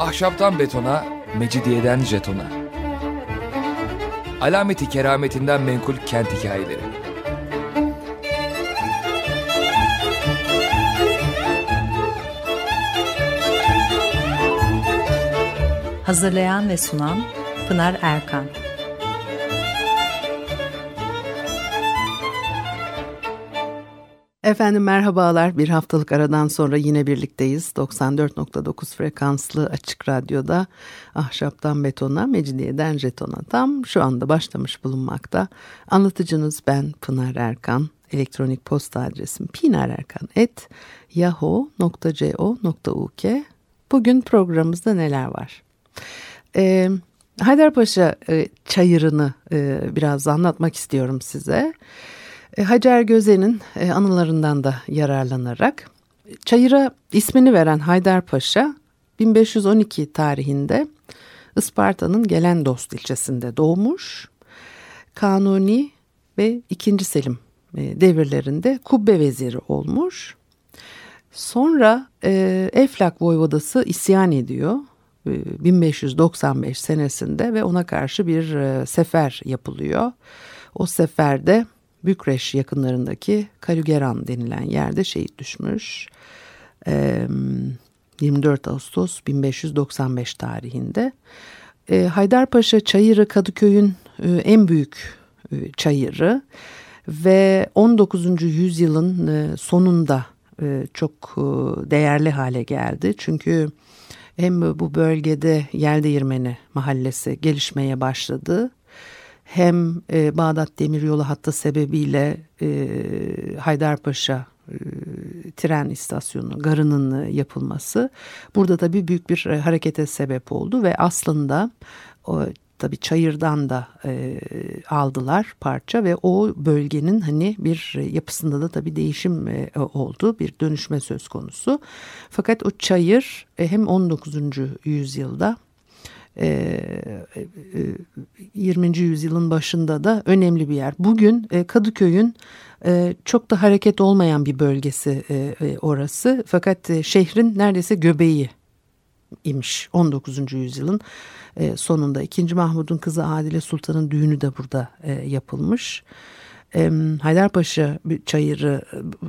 Ahşaptan betona, mecidiyeden jetona. Alameti kerametinden menkul kent hikayeleri. Hazırlayan ve sunan Pınar Erkan. Efendim merhabalar. Bir haftalık aradan sonra yine birlikteyiz. 94.9 frekanslı Açık Radyo'da Ahşaptan Betona, Mecidiyeden Jetona tam şu anda başlamış bulunmakta. Anlatıcınız ben Pınar Erkan. Elektronik posta adresim pinarerkan@yahoo.co.uk. Bugün programımızda neler var? Haydarpaşa çayırını biraz anlatmak istiyorum size. Hacer Gözen'in anılarından da yararlanarak çayıra ismini veren Haydarpaşa 1512 tarihinde Isparta'nın Gelendost ilçesinde doğmuş. Kanuni ve 2. Selim devirlerinde kubbe veziri olmuş. Sonra Eflak Voyvodası isyan ediyor 1595 senesinde ve ona karşı bir sefer yapılıyor. O seferde Bükreş yakınlarındaki Kalügeran denilen yerde şehit düşmüş. 24 Ağustos 1595 tarihinde. Haydarpaşa çayırı Kadıköy'ün en büyük çayırı ve 19. yüzyılın sonunda çok değerli hale geldi. Çünkü hem bu bölgede Yeldeğirmeni mahallesi gelişmeye başladı. Hem Bağdat Demiryolu hattı sebebiyle Haydarpaşa tren istasyonu garının yapılması burada tabii büyük bir harekete sebep oldu ve aslında tabii çayırdan da aldılar parça ve o bölgenin hani bir yapısında da tabii değişim oldu, bir dönüşme söz konusu. Fakat o çayır hem 19. yüzyılda 20. yüzyılın başında da önemli bir yer. Bugün Kadıköy'ün çok da hareket olmayan bir bölgesi orası. Fakat şehrin neredeyse göbeği imiş 19. yüzyılın sonunda. 2. Mahmud'un kızı Adile Sultan'ın düğünü de burada yapılmış. Haydarpaşa çayırı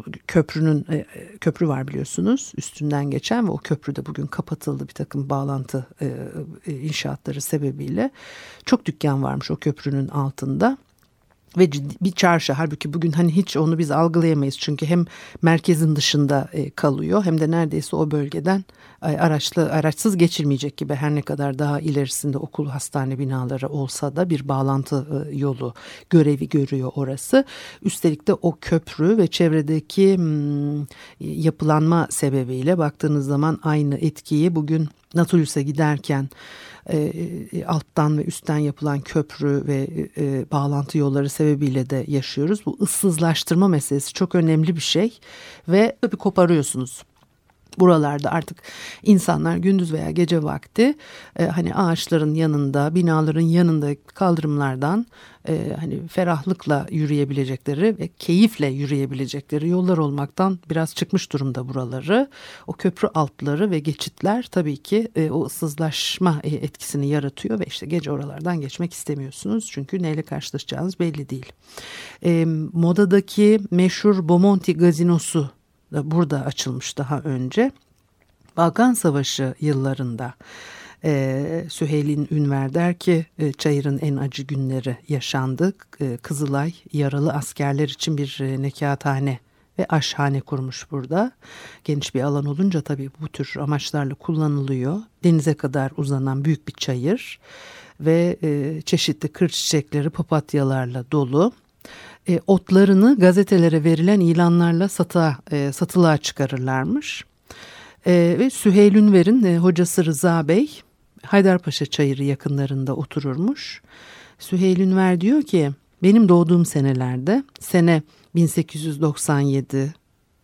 köprü var biliyorsunuz üstünden geçen ve o köprü de bugün kapatıldı bir takım bağlantı inşaatları sebebiyle. Çok dükkan varmış o köprünün altında ve ciddi bir çarşı. Halbuki bugün hani hiç onu biz algılayamayız çünkü hem merkezin dışında kalıyor hem de neredeyse o bölgeden araçsız geçilmeyecek gibi, her ne kadar daha ilerisinde okul, hastane binaları olsa da bir bağlantı yolu görevi görüyor orası. Üstelik de o köprü ve çevredeki yapılanma sebebiyle baktığınız zaman aynı etkiyi bugün Natulus'a giderken alttan ve üstten yapılan köprü ve bağlantı yolları sebebiyle de yaşıyoruz. Bu ıssızlaştırma meselesi çok önemli bir şey ve tabii koparıyorsunuz. Buralarda artık insanlar gündüz veya gece vakti hani ağaçların yanında, binaların yanında kaldırımlardan hani ferahlıkla yürüyebilecekleri ve keyifle yürüyebilecekleri yollar olmaktan biraz çıkmış durumda buraları. O köprü altları ve geçitler tabii ki o ıssızlaşma etkisini yaratıyor ve işte gece oralardan geçmek istemiyorsunuz. Çünkü neyle karşılaşacağınız belli değil. Modadaki meşhur Bomonti gazinosu da burada açılmış daha önce. Balkan Savaşı yıllarında Süheyl Ünver der ki çayırın en acı günleri yaşandı. Kızılay yaralı askerler için bir nekâhane ve aşhane kurmuş burada. Geniş bir alan olunca tabii bu tür amaçlarla kullanılıyor. Denize kadar uzanan büyük bir çayır ve çeşitli kır çiçekleri, papatyalarla dolu. Otlarını gazetelere verilen ilanlarla satılığa çıkarırlarmış. Ve Süheyl Ünver'in hocası Rıza Bey Haydarpaşa çayırı yakınlarında otururmuş. Süheyl Ünver diyor ki benim doğduğum senelerde sene 1897,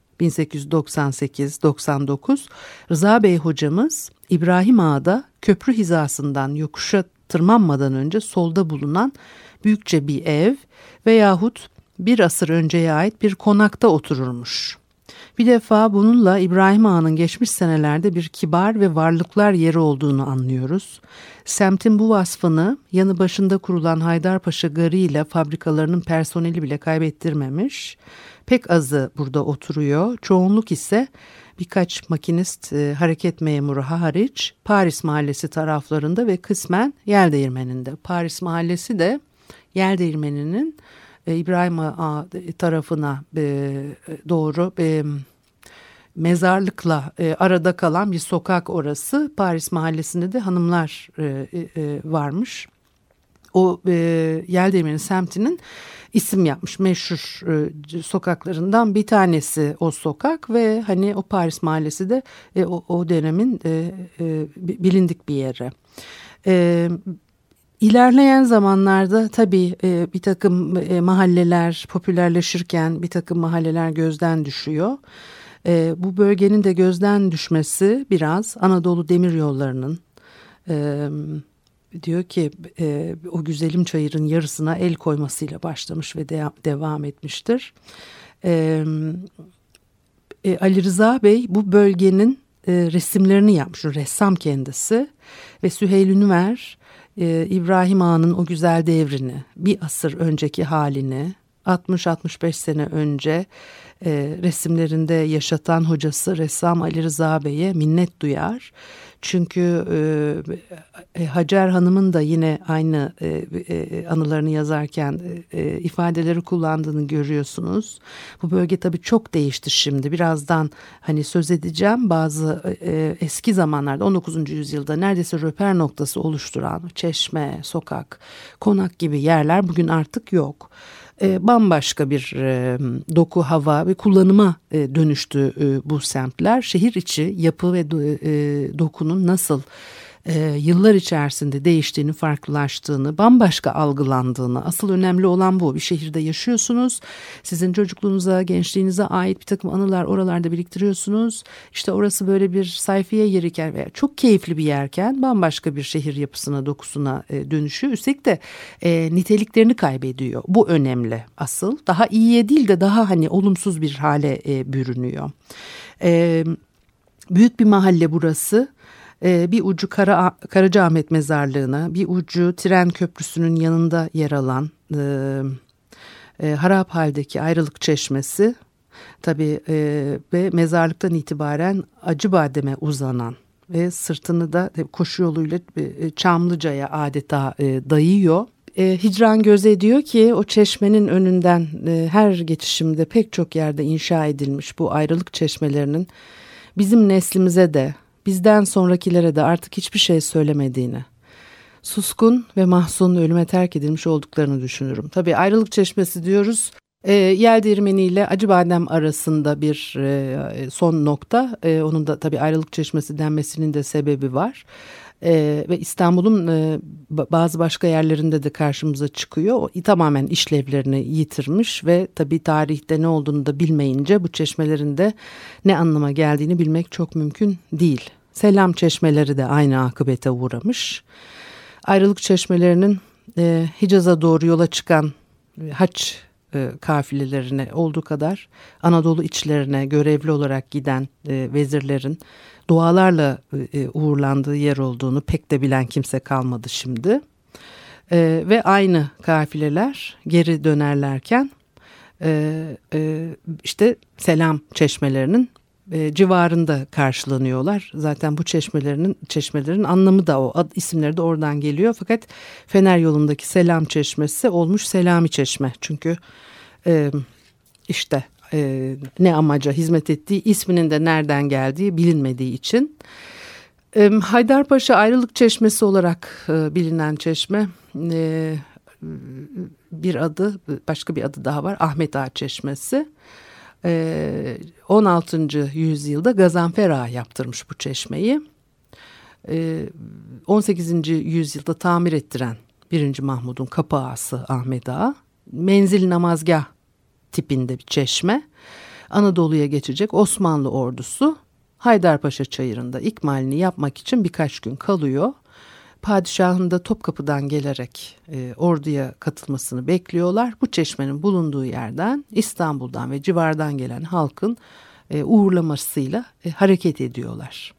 1898, 99 Rıza Bey hocamız İbrahim Ağa'da köprü hizasından yokuşa tırmanmadan önce solda bulunan büyükçe bir ev veyahut bir asır önceye ait bir konakta otururmuş. Bir defa bununla İbrahim Ağa'nın geçmiş senelerde bir kibar ve varlıklar yeri olduğunu anlıyoruz. Semtin bu vasfını yanı başında kurulan Haydarpaşa Garı ile fabrikalarının personeli bile kaybettirmemiş. Pek azı burada oturuyor. Çoğunluk ise birkaç makinist, hareket memuru hariç Paris Mahallesi taraflarında ve kısmen Yeldeğirmeni'nde. Paris Mahallesi de Yeldeğirmeni'nin İbrahim Ağa tarafına doğru mezarlıkla arada kalan bir sokak orası. Paris Mahallesi'nde de hanımlar varmış. O Yeldeğirmeni semtinin isim yapmış meşhur sokaklarından bir tanesi o sokak ve hani o Paris Mahallesi de o dönemin bilindik bir yeri. İlerleyen zamanlarda tabii bir takım mahalleler popülerleşirken bir takım mahalleler gözden düşüyor. Bu bölgenin de gözden düşmesi biraz Anadolu Demiryolları'nın diyor ki o güzelim çayırın yarısına el koymasıyla başlamış ve devam etmiştir. Ali Rıza Bey bu bölgenin resimlerini yapmış, ressam kendisi ve Süheyl Ünver İbrahim Ağa'nın o güzel devrini, bir asır önceki halini 60-65 sene önce resimlerinde yaşatan hocası ressam Ali Rıza Bey'e minnet duyar. Çünkü Hacer Hanım'ın da yine aynı anılarını yazarken ifadeleri kullandığını görüyorsunuz. Bu bölge tabii çok değişti şimdi. Birazdan hani söz edeceğim bazı eski zamanlarda 19. yüzyılda neredeyse röper noktası oluşturan çeşme, sokak, konak gibi yerler bugün artık yok. Bambaşka bir doku, hava ve kullanıma dönüştü bu semtler. Şehir içi yapı ve dokunun nasıl yıllar içerisinde değiştiğini, farklılaştığını, bambaşka algılandığını, asıl önemli olan bu. Bir şehirde yaşıyorsunuz, sizin çocukluğunuza, gençliğinize ait bir takım anılar oralarda biriktiriyorsunuz. İşte orası böyle bir sayfiye yeriken veya çok keyifli bir yerken bambaşka bir şehir yapısına, dokusuna dönüşüyor. Üstelik de niteliklerini kaybediyor. Bu önemli asıl. Daha iyiye değil de daha hani olumsuz bir hale bürünüyor. Büyük bir mahalle burası. Bir ucu Karacaahmet Mezarlığı'na, bir ucu Tren Köprüsü'nün yanında yer alan harap haldeki Ayrılık Çeşmesi, tabii ve mezarlıktan itibaren Acıbadem'e uzanan ve sırtını da koşu yoluyla Çamlıca'ya adeta dayıyor. Hicran Göze diyor ki o çeşmenin önünden her geçişimde pek çok yerde inşa edilmiş bu ayrılık çeşmelerinin bizim neslimize de bizden sonrakilere de artık hiçbir şey söylemediğini, suskun ve mahzun ölüme terk edilmiş olduklarını düşünürüm. Tabii ayrılık çeşmesi diyoruz. Yeldeğirmeni ile Acıbadem arasında bir son nokta. Onun da tabii ayrılık çeşmesi denmesinin de sebebi var. Ve İstanbul'un bazı başka yerlerinde de karşımıza çıkıyor. O tamamen işlevlerini yitirmiş ve tabii tarihte ne olduğunu da bilmeyince bu çeşmelerin de ne anlama geldiğini bilmek çok mümkün değil. Selam çeşmeleri de aynı akıbete uğramış. Ayrılık çeşmelerinin Hicaz'a doğru yola çıkan haç kafilelerine olduğu kadar Anadolu içlerine görevli olarak giden vezirlerin dualarla uğurlandığı yer olduğunu pek de bilen kimse kalmadı şimdi. Ve aynı kafileler geri dönerlerken işte Selam çeşmelerinin civarında karşılanıyorlar. Zaten bu çeşmelerin anlamı da o, isimleri de oradan geliyor. Fakat Fener yolundaki Selam Çeşmesi olmuş Selami Çeşme. Çünkü işte ne amaca hizmet ettiği, isminin de nereden geldiği bilinmediği için. Haydarpaşa Ayrılık Çeşmesi olarak bilinen çeşme, başka bir adı daha var, Ahmet Ağa Çeşmesi. 16. yüzyılda Gazanfer Ağa yaptırmış bu çeşmeyi. 18. yüzyılda tamir ettiren 1. Mahmud'un kapı ağası Ahmet Ağa. Menzil namazgah tipinde bir çeşme. Anadolu'ya geçecek Osmanlı ordusu Haydarpaşa Çayırı'nda ikmalini yapmak için birkaç gün kalıyor. Padişahın da Topkapı'dan gelerek orduya katılmasını bekliyorlar. Bu çeşmenin bulunduğu yerden İstanbul'dan ve civardan gelen halkın uğurlamasıyla hareket ediyorlar.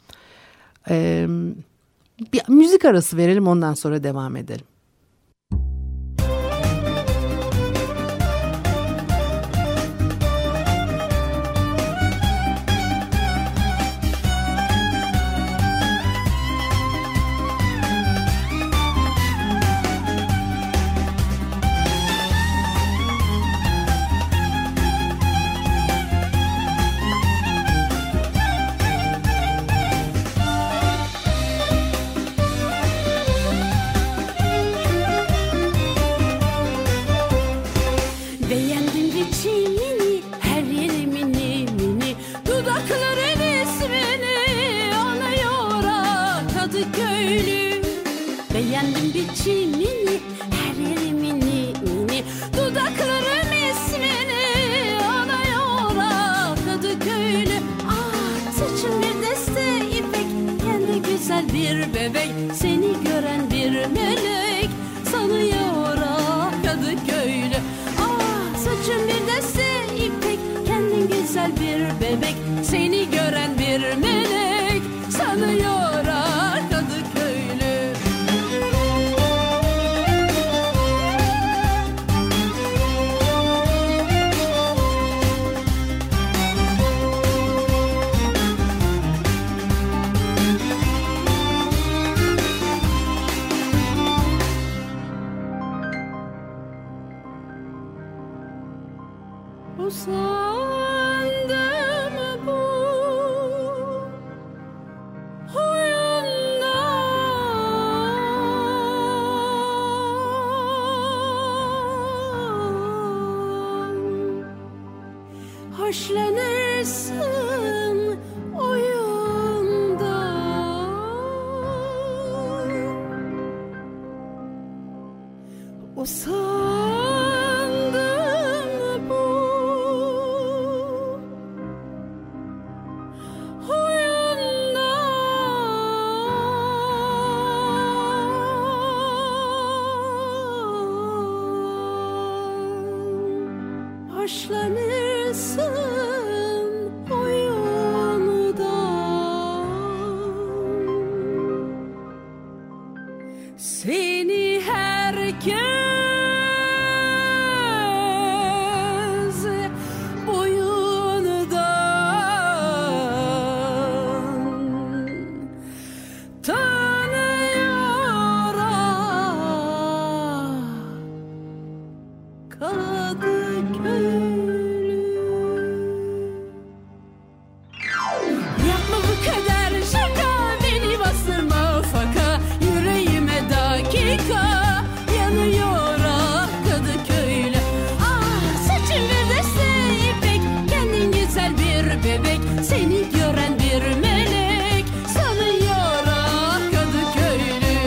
Bir müzik arası verelim, ondan sonra devam edelim. Beğendim biçimini, her yeri mini mini. Dudaklarım ismini anıyor Kadıköylü. Ah, saçım bir deste ipek, kendi güzel bir bebek. Seni gören bir melek sanıyor Kadıköylü. Ah, saçım bir deste ipek, kendi güzel bir bebek. Seni gören bir melek sanıyor Kadıköylü. Usandım bu oyundan, hoşlanırsın oyundan. Usandım bu oyundan, hoşlanırsın oyundan. Seni herkes tanıyor Kadıköylü. Yapma bu kadar şaka, beni bastırma faka, yüreğime dakika yanıyor Kadıköylü. Ah, saçın bir deste ipek, kendin güzel bir bebek. Seni gören bir melek sanıyor Kadıköylü.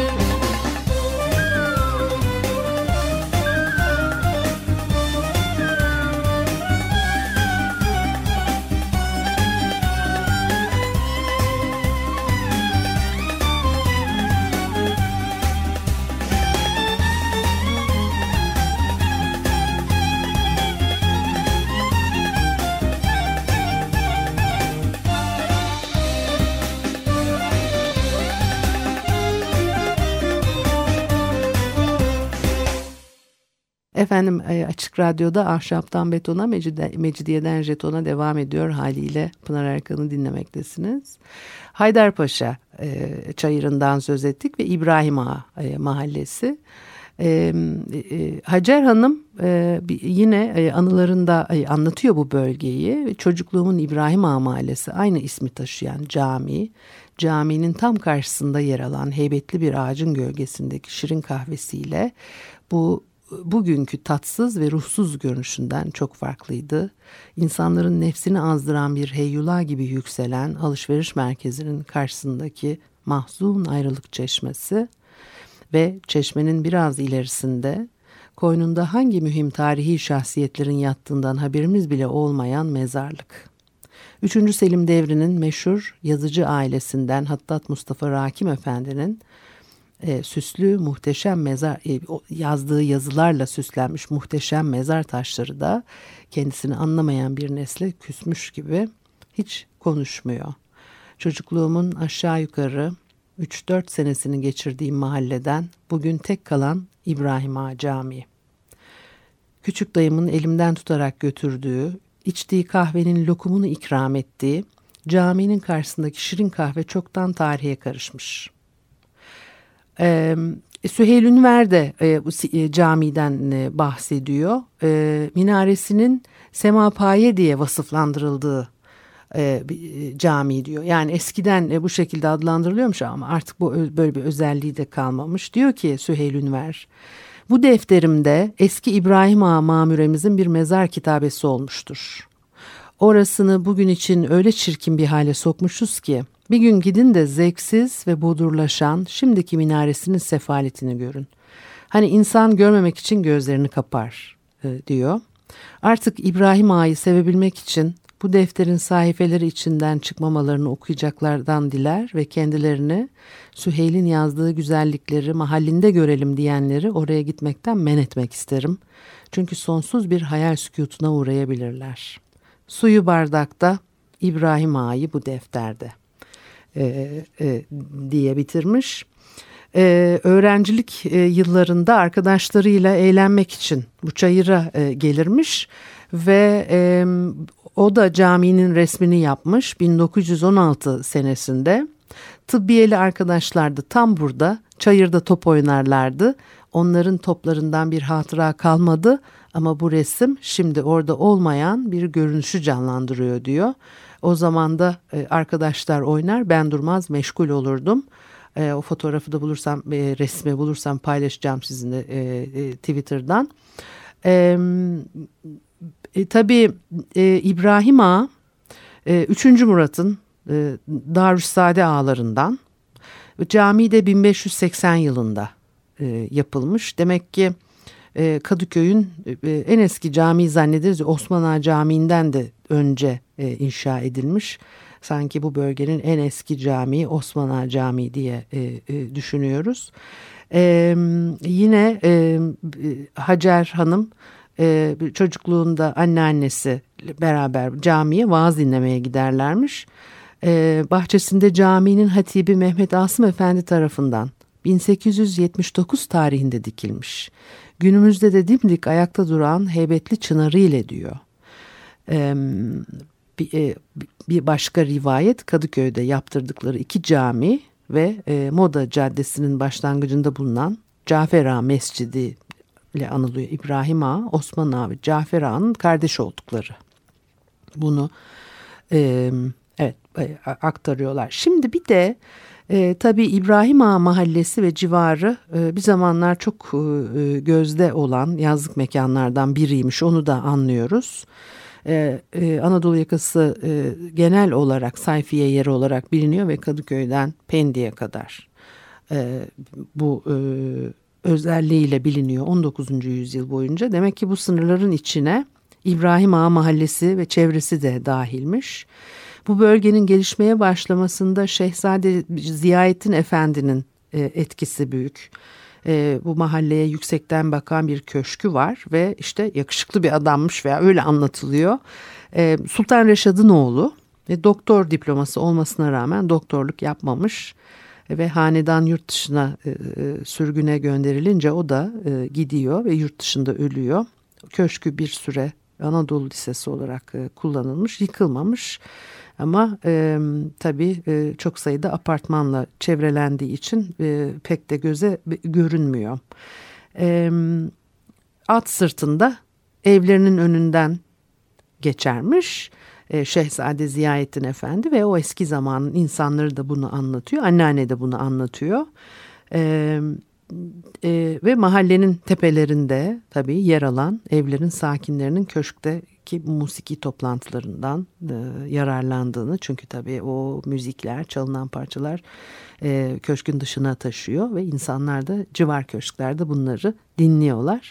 Efendim, Açık Radyo'da Ahşaptan Betona, Mecidiyeden Jeton'a devam ediyor haliyle. Pınar Erkan'ı dinlemektesiniz. Haydarpaşa çayırından söz ettik ve İbrahim Ağa mahallesi. Hacer Hanım yine anılarında anlatıyor bu bölgeyi. Çocukluğumun İbrahim Ağa mahallesi, aynı ismi taşıyan caminin tam karşısında yer alan heybetli bir ağacın gölgesindeki şirin kahvesiyle bugünkü tatsız ve ruhsuz görünüşünden çok farklıydı. İnsanların nefsini azdıran bir heyyula gibi yükselen alışveriş merkezinin karşısındaki mahzun ayrılık çeşmesi ve çeşmenin biraz ilerisinde koynunda hangi mühim tarihi şahsiyetlerin yattığından haberimiz bile olmayan mezarlık. 3. Selim devrinin meşhur yazıcı ailesinden Hattat Mustafa Rakim Efendi'nin süslü muhteşem mezar, yazdığı yazılarla süslenmiş muhteşem mezar taşları da kendisini anlamayan bir nesle küsmüş gibi hiç konuşmuyor. Çocukluğumun aşağı yukarı 3-4 senesini geçirdiğim mahalleden bugün tek kalan İbrahim Ağa Camii. Küçük dayımın elimden tutarak götürdüğü, içtiği kahvenin lokumunu ikram ettiği caminin karşısındaki şirin kahve çoktan tarihe karışmış. Süheyl Ünver de camiden bahsediyor. Minaresinin semapaye diye vasıflandırıldığı cami diyor. Yani eskiden bu şekilde adlandırılıyormuş ama artık bu böyle bir özelliği de kalmamış. Diyor ki Süheyl Ünver, bu defterimde eski İbrahim Ağa mamuremizin bir mezar kitabesi olmuştur. Orasını bugün için öyle çirkin bir hale sokmuşuz ki bir gün gidin de zevksiz ve bodurlaşan şimdiki minaresinin sefaletini görün. Hani insan görmemek için gözlerini kapar diyor. Artık İbrahim Ağa'yı sevebilmek için bu defterin sayfeleri içinden çıkmamalarını okuyacaklardan diler ve kendilerini Süheyl'in yazdığı güzellikleri mahallinde görelim diyenleri oraya gitmekten men etmek isterim. Çünkü sonsuz bir hayal sükûtuna uğrayabilirler. Suyu bardakta, İbrahim Ağa'yı bu defterde diye bitirmiş. Öğrencilik yıllarında arkadaşlarıyla eğlenmek için bu çayıra gelirmiş ve o da caminin resmini yapmış 1916 senesinde. Tıbbiyeli arkadaşlar da tam burada çayırda top oynarlardı. Onların toplarından bir hatıra kalmadı ama bu resim şimdi orada olmayan bir görünüşü canlandırıyor diyor. O zaman da arkadaşlar oynar, ben durmaz meşgul olurdum. O fotoğrafı da bulursam, resmi bulursam paylaşacağım sizinle Twitter'dan. Tabii İbrahim Ağa 3. Murat'ın Darüşşade ağalarından. Cami de 1580 yılında yapılmış. Demek ki Kadıköy'ün en eski camii zannederiz. Osman Ağa Camii'nden de önce inşa edilmiş. Sanki bu bölgenin en eski camii Osman Ağa Camii diye düşünüyoruz. Yine Hacer Hanım çocukluğunda anneannesi beraber camiye vaaz dinlemeye giderlermiş. Bahçesinde caminin hatibi Mehmet Asım Efendi tarafından 1879 tarihinde dikilmiş. Günümüzde de dimdik ayakta duran heybetli çınarı ile diyor. Bir başka rivayet Kadıköy'de yaptırdıkları 2 cami ve Moda Caddesi'nin başlangıcında bulunan Cafer Ağa Mescidi ile anılıyor. İbrahim Ağa, Osman Ağa ve Cafer Ağa'nın kardeş oldukları. Bunu aktarıyorlar. Şimdi bir de tabii İbrahim Ağa Mahallesi ve civarı bir zamanlar çok gözde olan yazlık mekanlardan biriymiş. Onu da anlıyoruz. Anadolu yakası genel olarak sayfiye yeri olarak biliniyor ve Kadıköy'den Pendik'e kadar bu özelliğiyle biliniyor 19. yüzyıl boyunca. Demek ki bu sınırların içine İbrahim Ağa Mahallesi ve çevresi de dahilmiş. Bu bölgenin gelişmeye başlamasında Şehzade Ziyaettin Efendi'nin etkisi büyük. Bu mahalleye yüksekten bakan bir köşkü var ve işte yakışıklı bir adammış veya öyle anlatılıyor. Sultan Reşad'ın oğlu doktor diploması olmasına rağmen doktorluk yapmamış ve hanedan yurt dışına sürgüne gönderilince o da gidiyor ve yurt dışında ölüyor. Köşkü bir süre Anadolu Lisesi olarak kullanılmış, yıkılmamış. Ama tabii çok sayıda apartmanla çevrelendiği için pek de göze görünmüyor. At sırtında evlerinin önünden geçermiş Şehzade Ziyaettin Efendi ve o eski zamanın insanları da bunu anlatıyor. Anneanne de bunu anlatıyor. Ve mahallenin tepelerinde tabii yer alan evlerin sakinlerinin köşkteki musiki toplantılarından yararlandığını, çünkü tabii o müzikler, çalınan parçalar köşkün dışına taşıyor ve insanlar da civar köşklerde bunları dinliyorlar.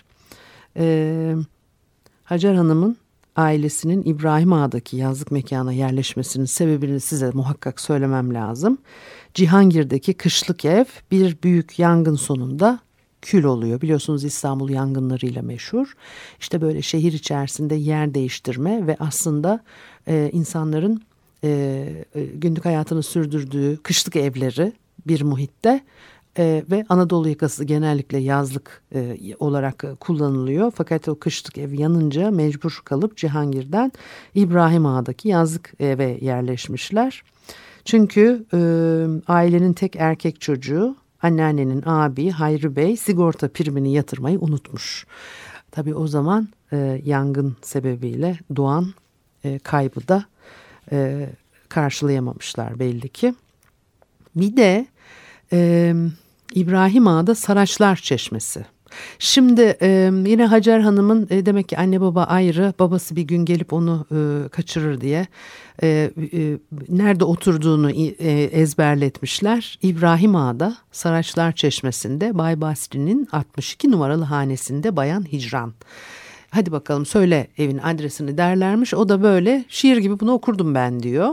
Hacer Hanım'ın ailesinin İbrahim Ağa'daki yazlık mekana yerleşmesinin sebebini size muhakkak söylemem lazım. Cihangir'deki kışlık ev bir büyük yangın sonunda kül oluyor. Biliyorsunuz İstanbul yangınlarıyla meşhur. İşte böyle şehir içerisinde yer değiştirme ve aslında insanların günlük hayatını sürdürdüğü kışlık evleri bir muhitte ve Anadolu yakası genellikle yazlık olarak kullanılıyor. Fakat o kışlık ev yanınca mecbur kalıp Cihangir'den İbrahim Ağa'daki yazlık eve yerleşmişler. Çünkü ailenin tek erkek çocuğu anneannenin abi Hayri Bey sigorta primini yatırmayı unutmuş. Tabii o zaman yangın sebebiyle doğan kaybı da karşılayamamışlar belli ki. Bir de İbrahim Ağa'da Saraçlar Çeşmesi. Şimdi yine Hacer Hanım'ın demek ki anne baba ayrı, babası bir gün gelip onu kaçırır diye nerede oturduğunu ezberletmişler. İbrahim Ağa'da Saraçlar Çeşmesi'nde Bay Basri'nin 62 numaralı hanesinde Bayan Hicran. Hadi bakalım söyle evin adresini derlermiş. O da böyle şiir gibi bunu okurdum ben diyor.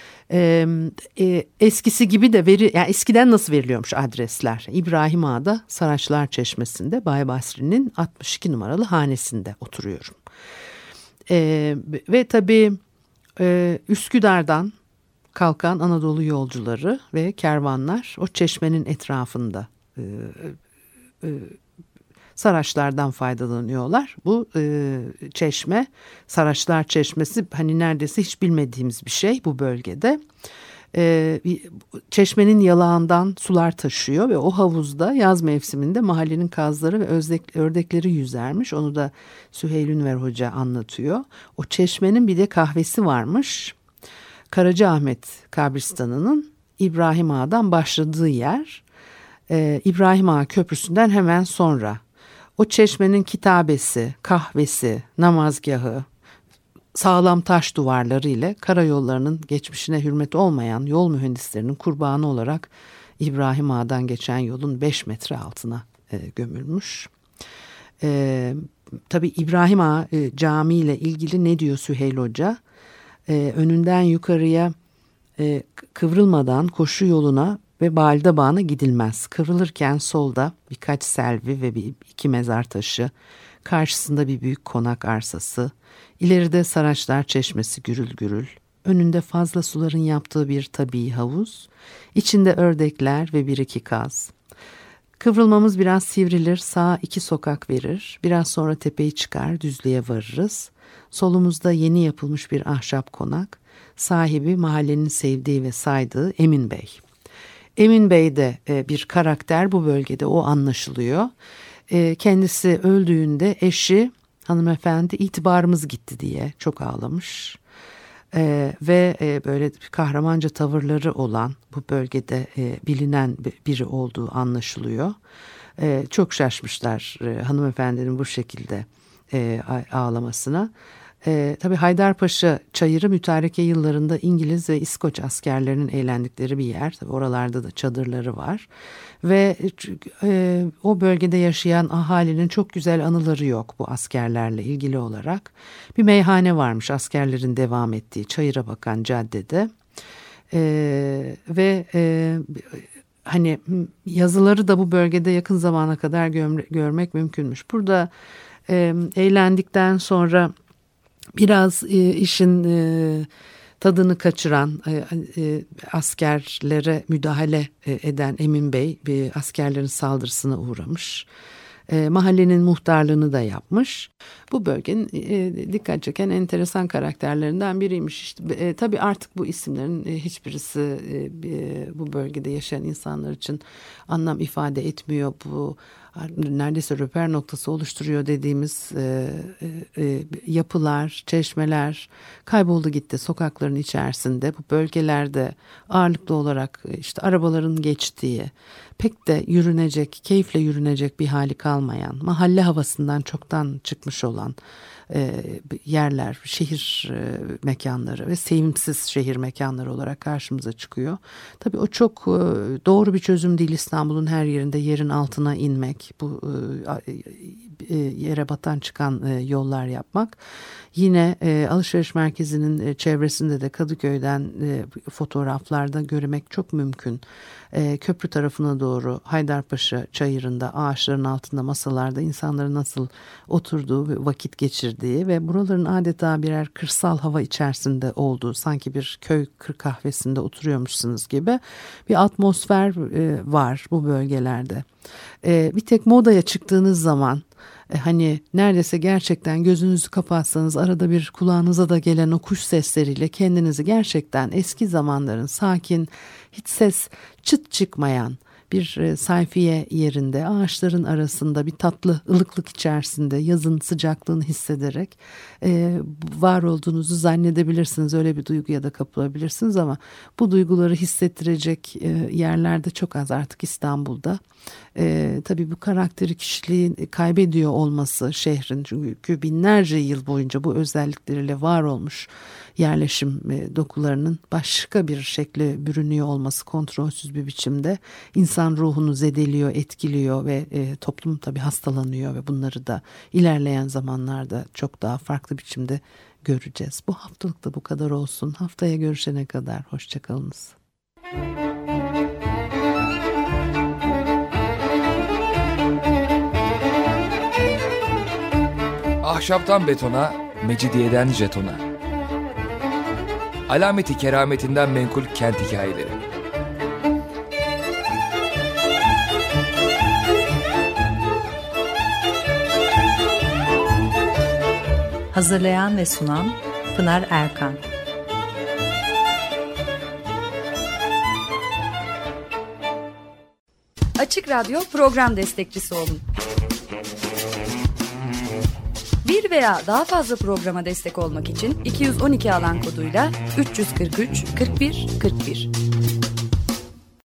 Eskisi gibi de yani eskiden nasıl veriliyormuş adresler? İbrahim Ağa'da Saraçlar Çeşmesi'nde Bay Basri'nin 62 numaralı hanesinde oturuyorum. Ve tabii Üsküdar'dan kalkan Anadolu yolcuları ve kervanlar o çeşmenin etrafında Saraçlardan faydalanıyorlar. Bu çeşme, Saraçlar Çeşmesi hani neredeyse hiç bilmediğimiz bir şey bu bölgede. Çeşmenin yalağından sular taşıyor ve o havuzda yaz mevsiminde mahallenin kazları ve ördekleri yüzermiş. Onu da Süheyl Ünver Hoca anlatıyor. O çeşmenin bir de kahvesi varmış. Karacaahmet kabristanının İbrahim Ağa'dan başladığı yer. İbrahim Ağa Köprüsü'nden hemen sonra. O çeşmenin kitabesi, kahvesi, namazgahı, sağlam taş duvarları ile karayollarının geçmişine hürmet olmayan yol mühendislerinin kurbanı olarak İbrahim Ağa'dan geçen yolun 5 metre altına gömülmüş. Tabii İbrahim Ağa Camii ile ilgili ne diyor Süheyl Hoca? Önünden yukarıya kıvrılmadan koşu yoluna ve Balda Bağı'na gidilmez. Kıvrılırken solda birkaç selvi ve iki mezar taşı, karşısında bir büyük konak arsası, ileride Saraçlar Çeşmesi gürül gürül, önünde fazla suların yaptığı bir tabii havuz, içinde ördekler ve bir iki kaz. Kıvrılmamız biraz sivrilir, sağa 2 sokak verir, biraz sonra tepeyi çıkar, düzlüğe varırız. Solumuzda yeni yapılmış bir ahşap konak, sahibi mahallenin sevdiği ve saydığı Emin Bey. Emin Bey de bir karakter bu bölgede, o anlaşılıyor. Kendisi öldüğünde eşi hanımefendi itibarımız gitti diye çok ağlamış. Ve böyle kahramanca tavırları olan bu bölgede bilinen biri olduğu anlaşılıyor. Çok şaşmışlar hanımefendinin bu şekilde ağlamasına. Tabii Haydarpaşa Çayırı mütareke yıllarında İngiliz ve İskoç askerlerinin eğlendikleri bir yer. Tabii oralarda da çadırları var. Ve o bölgede yaşayan ahalinin çok güzel anıları yok bu askerlerle ilgili olarak. Bir meyhane varmış askerlerin devam ettiği çayıra bakan caddede. Ve hani yazıları da bu bölgede yakın zamana kadar görmek mümkünmüş. Burada eğlendikten sonra biraz işin tadını kaçıran askerlere müdahale eden Emin Bey askerlerin saldırısına uğramış. Mahallenin muhtarlığını da yapmış. Bu bölgenin dikkat çeken enteresan karakterlerinden biriymiş. İşte, tabii artık bu isimlerin hiçbirisi bu bölgede yaşayan insanlar için anlam ifade etmiyor. Bu neredeyse röper noktası oluşturuyor dediğimiz yapılar, çeşmeler kayboldu gitti sokakların içerisinde. Bu bölgelerde ağırlıklı olarak işte arabaların geçtiği, pek de yürünecek, keyifle yürünecek bir hali kalmayan, mahalle havasından çoktan çıkmış olan yerler, şehir mekanları ve sevimsiz şehir mekanları olarak karşımıza çıkıyor. Tabii o çok doğru bir çözüm değil. İstanbul'un her yerinde yerin altına inmek, bu yere batan çıkan yollar yapmak. Yine alışveriş merkezinin çevresinde de Kadıköy'den fotoğraflarda görmek çok mümkün. Köprü tarafına doğru Haydarpaşa çayırında ağaçların altında masalarda insanların nasıl oturduğu ve vakit geçirdiği ve buraların adeta birer kırsal hava içerisinde olduğu, sanki bir köy kır kahvesinde oturuyormuşsunuz gibi bir atmosfer var bu bölgelerde. Bir tek modaya çıktığınız zaman hani neredeyse gerçekten gözünüzü kapatsanız arada bir kulağınıza da gelen o kuş sesleriyle kendinizi gerçekten eski zamanların sakin, hiç ses çıt çıkmayan bir sayfiye yerinde, ağaçların arasında bir tatlı ılıklık içerisinde yazın sıcaklığını hissederek var olduğunuzu zannedebilirsiniz. Öyle bir duyguya da kapılabilirsiniz ama bu duyguları hissettirecek yerlerde çok az artık İstanbul'da. Tabii bu karakteri, kişiliği kaybediyor olması şehrin, çünkü binlerce yıl boyunca bu özellikleriyle var olmuş yerleşim dokularının başka bir şekle bürünüyor olması kontrolsüz bir biçimde insan ruhunu zedeliyor, etkiliyor ve toplum tabii hastalanıyor ve bunları da ilerleyen zamanlarda çok daha farklı biçimde göreceğiz. Bu haftalık da bu kadar olsun. Haftaya görüşene kadar hoşçakalınız. Ahşaptan betona, mecidiyeden jetona. Alameti kerametinden menkul kent hikayeleri. Hazırlayan ve sunan Pınar Erkan. Açık Radyo program destekçisi olun. Bir veya daha fazla programa destek olmak için 212 alan koduyla 343 41 41.